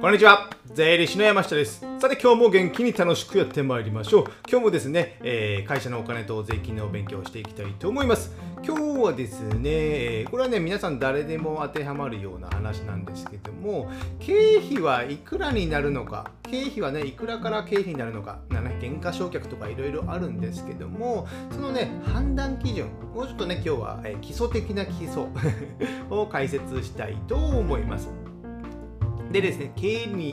こんにちは、税理士の山下です。さて今日も元気に楽しくやってまいりましょう。今日もですね、会社のお金と税金の勉強をしていきたいと思います。今日はですね、これはね、皆さん誰でも当てはまるような話なんですけども、経費はいくらになるのか、経費はね、いくらから経費になるのか、原価償却とかいろいろあるんですけども、そのね、判断基準をちょっとね、今日は基礎的な基礎を解説したいと思います。でですね、経費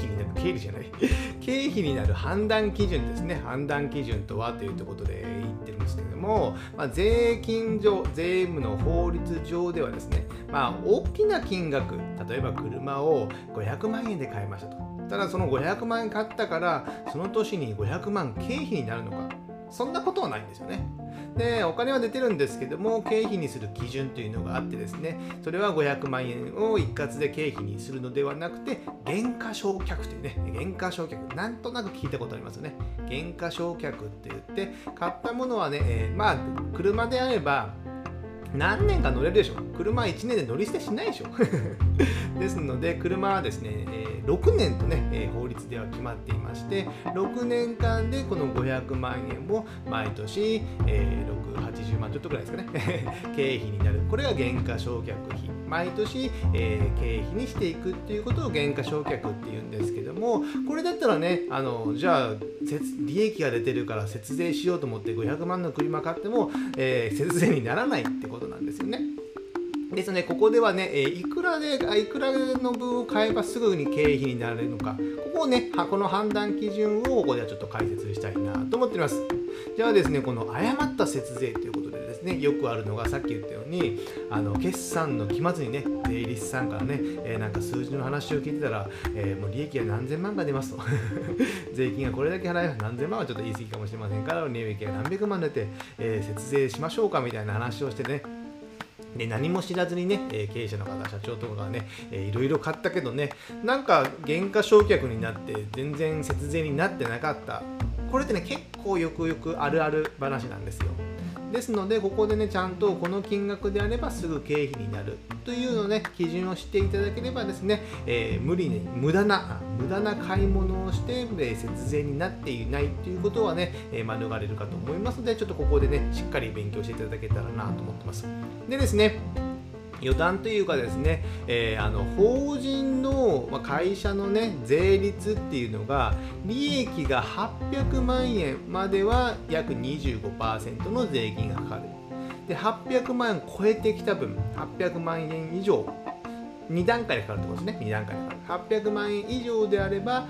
になる判断基準ですね。判断基準とはということで言ってるんですけども、税金上、税務の法律上ではですね、大きな金額、例えば車を500万円で買いましたと。ただその500万円買ったから、その年に500万経費になるのか、そんなことはないんですよね。で、お金は出てるんですけども、経費にする基準というのがあってですね、それは500万円を一括で経費にするのではなくて、減価償却というね、減価償却、なんとなく聞いたことありますよね。減価償却って言って、買ったものはね、車であれば、何年か乗れるでしょ。車1年で乗り捨てしないでしょ。ですので、車はですね、6年とね、法律では決まっていまして、6年間でこの500万円を毎年、80万ちょっとぐらいですかね、経費になる。これが減価償却費。毎年、経費にしていくっていうことを減価償却っていうんですけども、これだったらね、じゃあ、利益が出てるから節税しようと思って500万の車買っても、節税にならないってことなんですよね。ですので、ここではね、いくらの分を買えばすぐに経費になれるのか、ここをね、この判断基準をここではちょっと解説したいなと思っています。じゃあですね、この誤った節税ということでですね、よくあるのがさっき言ったように、決算の期末にね、税理士さんからね、なんか数字の話を聞いてたら、もう利益が何千万が出ますと。税金がこれだけ払えば何千万はちょっと言い過ぎかもしれませんから、利益が何百万出て、節税しましょうかみたいな話をしてね、で何も知らずにね、経営者の方、社長とかがね、いろいろ買ったけどね、なんか減価償却になって全然節税になってなかった。これってね、結構よくあるある話なんですよ。ですので、ここでね、ちゃんとこの金額であればすぐ経費になるというのをね、基準を知っていただければですね、無駄な買い物をして、節税になっていないということはね、免れるかと思いますので、ちょっとここでね、しっかり勉強していただけたらなと思ってます。でですね、余談というかですね、法人の、会社のね、税率っていうのが、利益が800万円までは約 25% の税金がかかる。で、800万円超えてきた分、800万円以上、2段階でかかるってことですね。2段階でかかる。800万円以上であれば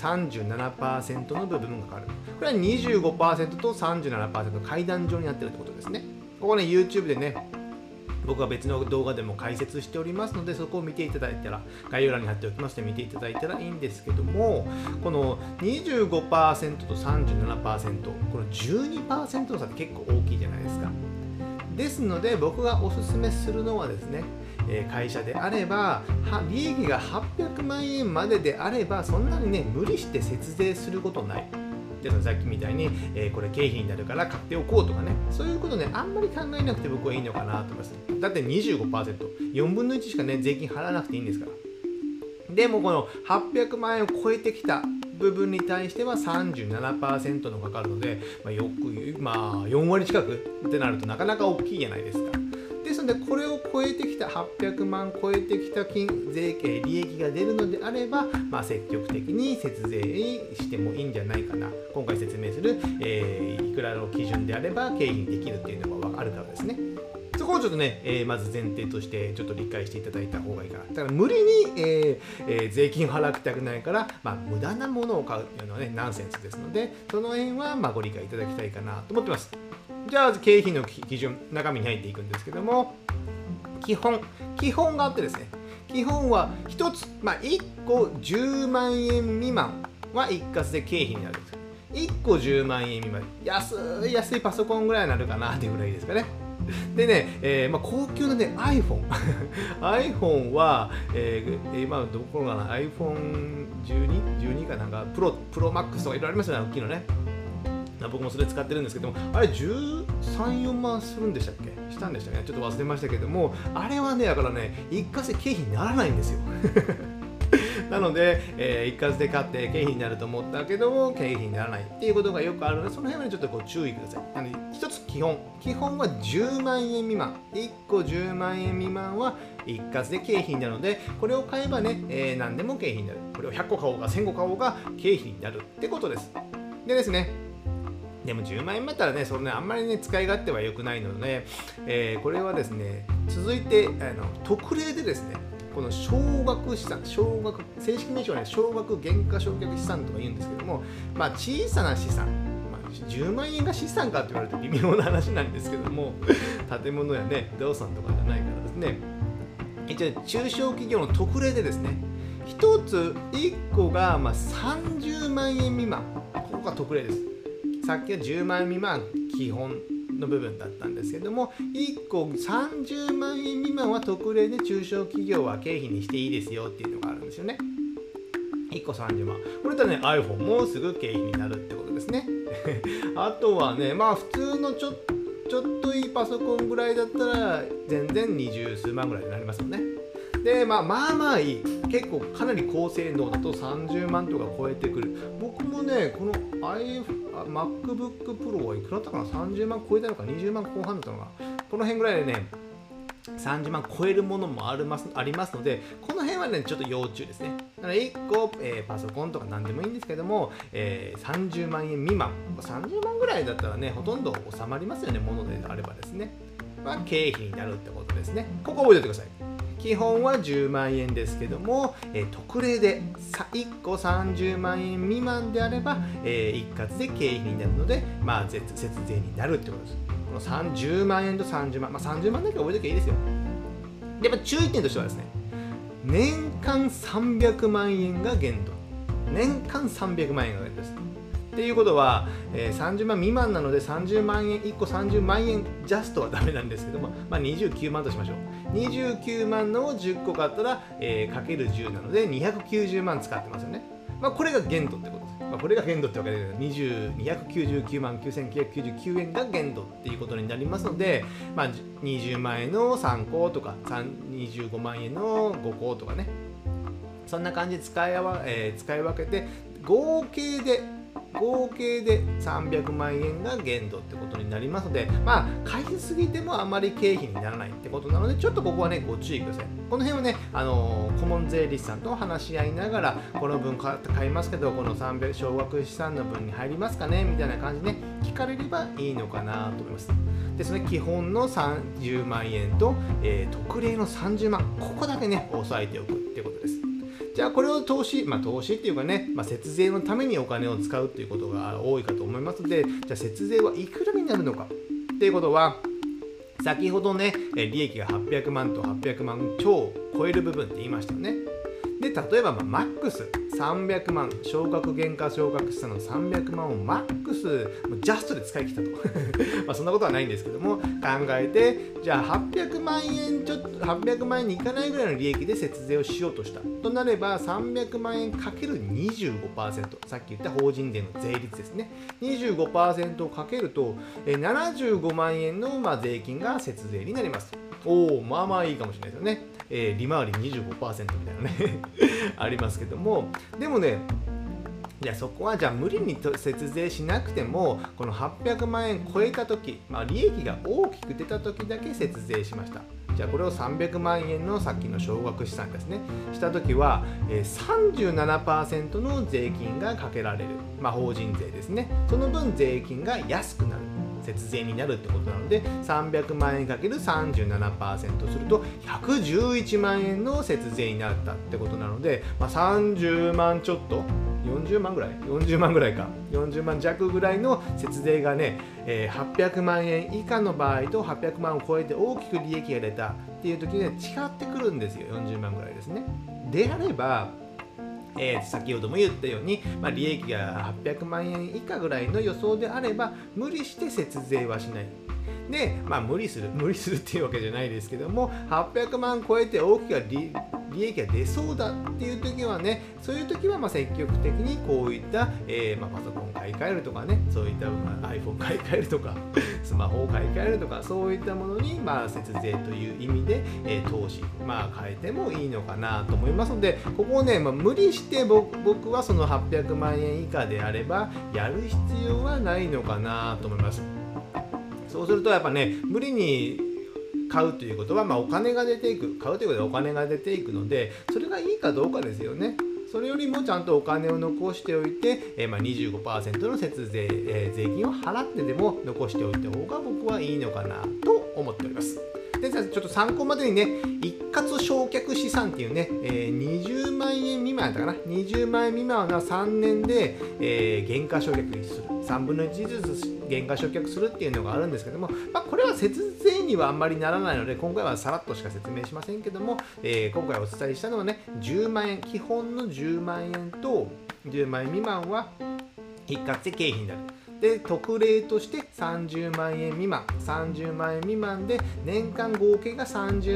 37% の部分がかかる。これは 25% と 37% 階段状になっているってことですね。ここね、YouTube でね、僕は別の動画でも解説しておりますので、そこを見ていただいたら、概要欄に貼っておきますので見ていただいたらいいんですけども、この 25% と 37%、この 12% の差って結構大きいじゃないですか。ですので、僕がおすすめするのはですね、会社であれば、利益が800万円までであれば、そんなにね、無理して節税することない。でさっきみたいに、これ経費になるから買っておこうとかね、そういうことね、あんまり考えなくて僕はいいのかなと思います。だって 25%、4分の1しかね、税金払わなくていいんですから。でもこの800万円を超えてきた部分に対しては 37% のかかるので、4割近くってなるとなかなか大きいじゃないですか。ですので、これを超えてきた800万超えてきた利益が出るのであれば、積極的に節税してもいいんじゃないかな。今回説明する、いくらの基準であれば経費にできるっていうのがあるからですね。そこをちょっとね、まず前提としてちょっと理解していただいた方がいいかな。だから無理に、税金を払いたくないから、無駄なものを買うっていうのはね、ナンセンスですので、その辺はご理解いただきたいかなと思ってます。じゃあ経費の基準、中身に入っていくんですけども、基本があってですね、基本は1つ、1個10万円未満は一括で経費になるんです。1個10万円未満、安いパソコンぐらいになるかなっていうぐらいですかね。でね、高級なね、iPhone は、今どこかな、iPhone12 かなんか、プロマックスとかいろいろありますよね、大きいのね。僕もそれ使ってるんですけども、あれ13、4万するんでしたっけ、したんでしたね、ちょっと忘れましたけども、あれはね、だからね、一過性経費にならないんですよ。 なので、一括で買って経費になると思ったけども経費にならないっていうことがよくあるので、その辺は、ね、ちょっとこう注意ください。なので一つ基本は10万円未満、1個10万円未満は一括で経費になるので、これを買えばね、何でも経費になる。これを100個買おうが1000個買おうが経費になるってことです。でですね、でも10万円だったらね、それね、あんまりね、使い勝手は良くないので、これはですね、続いて特例でですね、この少額資産、正式名称はね、少額減価償却資産とか言うんですけども、まあ、小さな資産、10万円が資産かって言われると微妙な話なんですけども、建物やね、不動産とかじゃないからですね、一応中小企業の特例でですね、1つ1個が30万円未満、ここが特例です。さっきは10万円未満基本の部分だったんですけども、1個30万円未満は特例で中小企業は経費にしていいですよっていうのがあるんですよね。1個30万。これとね、iPhone もうすぐ経費になるってことですね。あとはね、普通のちょっといいパソコンぐらいだったら全然20数万ぐらいになりますよね。で、まあいい。結構かなり高性能だと30万とか超えてくる。僕もね、この MacBook Pro はいくらだったかな ?30 万超えたのか20万後半だったのかな、この辺ぐらいでね、30万超えるものもありますので、この辺はね、ちょっと要注意ですね。だから1個、パソコンとか何でもいいんですけども、30万円未満、30万ぐらいだったらね、ほとんど収まりますよね、ものであればですね。経費になるってことですね。ここ覚えておいてください。基本は10万円ですけども、特例で1個30万円未満であれば、一括で経費になるので、節税になるってことです。この10万円と30万、30万だけ覚えておけばいいですよ。でも注意点としてはですね、年間300万円が限度。年間300万円が限度です。っていうことは、30万未満なので30万円、1個30万円ジャストはダメなんですけども、29万としましょう。29万のを10個買ったら、かける10なので290万使ってますよね。これが限度ってことです。これが限度ってわけで299万9999円が限度っていうことになりますので、20万円の3個とか25万円の5個とかね、そんな感じで使い分けて合計で300万円が限度ってことになりますので、買いすぎてもあまり経費にならないってことなので、ちょっとここはね、ご注意ください。この辺はね、顧問税理士さんと話し合いながら、この分買いますけど、この300少額資産の分に入りますかねみたいな感じでね、聞かれればいいのかなと思います。ですね、基本の30万円と、特例の30万、ここだけね、押さえておくってことです。じゃあこれを投資っていうかね、節税のためにお金を使うっていうことが多いかと思いますので、じゃあ節税はいくらになるのかっていうことは、先ほどね、利益が800万と800万超超える部分って言いましたよね。で、例えばマックス300万、少額減価償却資産の300万をマックスジャストで使い切ったとそんなことはないんですけども、考えて、じゃあ800万円にいかないぐらいの利益で節税をしようとしたとなれば、300万円かける 25%、 さっき言った法人税の税率ですね、 25% をかけると75万円の税金が節税になります。いいかもしれないですよね。利回り 25% みたいなねありますけども、でもね、じゃあそこは無理に節税しなくても、この800万円超えた時、利益が大きく出た時だけ節税しました。じゃあこれを300万円のさっきの少額資産ですね、した時は 37% の税金がかけられる、法人税ですね。その分税金が安くなる、節税になるってことなので、300万円かける 37% すると111万円の節税になったってことなので、30万ちょっと40万ぐらいか、40万弱ぐらいの節税がね、800万円以下の場合と800万を超えて大きく利益が出たっていう時には違ってくるんですよ。40万ぐらいですね。であれば、先ほども言ったように、利益が800万円以下ぐらいの予想であれば無理して節税はしない。で、無理するっていうわけじゃないですけども、800万超えて大きく利益が出そうだっていう時はね、そういう時は積極的にこういった、パソコン買い替えるとかね、そういった、iPhone 買い替えるとかスマホを買い替えるとか、そういったものに、節税という意味で、投資、変えてもいいのかなと思いますので、ここをね、無理して僕はその800万円以下であればやる必要はないのかなと思います。そうするとやっぱね、無理に買うということは、お金が出ていく、買うということでお金が出ていくので、それがいいかどうかですよね。それよりもちゃんとお金を残しておいて、25% の節税、税金を払ってでも残しておいた方が僕はいいのかなと思っております。で、ちょっと参考までにね、一括償却資産っていうね、20万円未満やったかな、20万円未満は3年で、減価償却する、3分の1ずつ減価償却するっていうのがあるんですけども、これは節税にはあんまりならないので、今回はさらっとしか説明しませんけども、今回お伝えしたのはね、10万円、基本の10万円と10万円未満は一括で経費になる。で、特例として30万円未満、30万円未満で年間合計が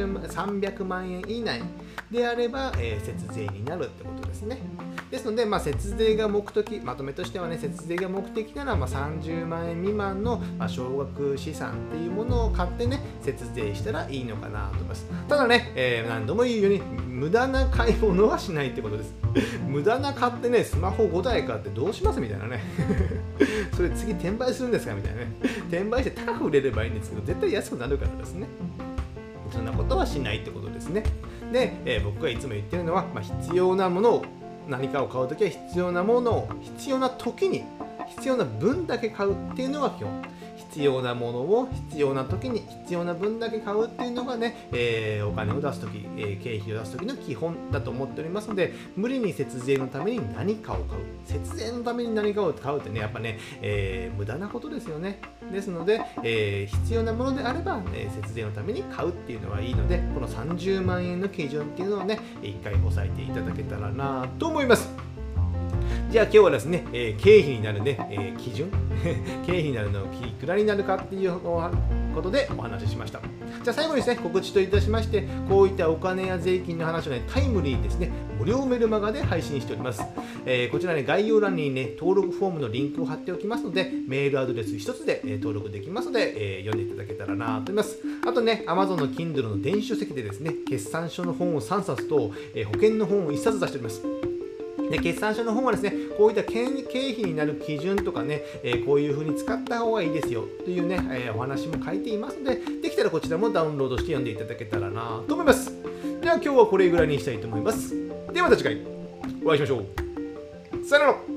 300万円以内であれば、節税になるってことですね。ですので、節税が目的、まとめとしてはね、節税が目的なら30万円未満の、少額資産っていうものを買ってね、節税したらいいのかなと思います。ただね、何度も言うように、無駄な買い物はしないってことです。無駄な買ってね、スマホ5台買ってどうしますみたいなね。それ次転売するんですかみたいなね。転売して高く売れればいいんですけど、絶対安くなるからですね。そんなことはしないってことですね。で、僕がいつも言ってるのは、必要なものを、何かを買うときは必要なものを必要な時に必要な分だけ買うっていうのが基本。必要なものを必要な時に必要な分だけ買うっていうのがね、お金を出す時、経費を出す時の基本だと思っておりますので、無理に節税のために何かを買う、節税のために何かを買うってね、やっぱね、無駄なことですよね。ですので、必要なものであれば、節税のために買うっていうのはいいので、この30万円の基準っていうのをね、一回押さえていただけたらなと思います。じゃあ今日はですね、経費になるね、基準経費になるのいくらになるかっていうことでお話ししました。じゃあ最後にですね、告知といたしまして、こういったお金や税金の話をね、タイムリーにですね、無料メルマガで配信しております。こちらね、概要欄にね、登録フォームのリンクを貼っておきますので、メールアドレス一つで、登録できますので、読んでいただけたらなと思います。あとね、Amazon の Kindle の電子書籍でですね、決算書の本を3冊と、保険の本を1冊出しております。で、決算書の本はですね、こういった経費になる基準とかね、こういう風に使った方がいいですよというね、お話も書いていますので、できたらこちらもダウンロードして読んでいただけたらなと思います。では今日はこれぐらいにしたいと思います。ではまた次回お会いしましょう。さよなら。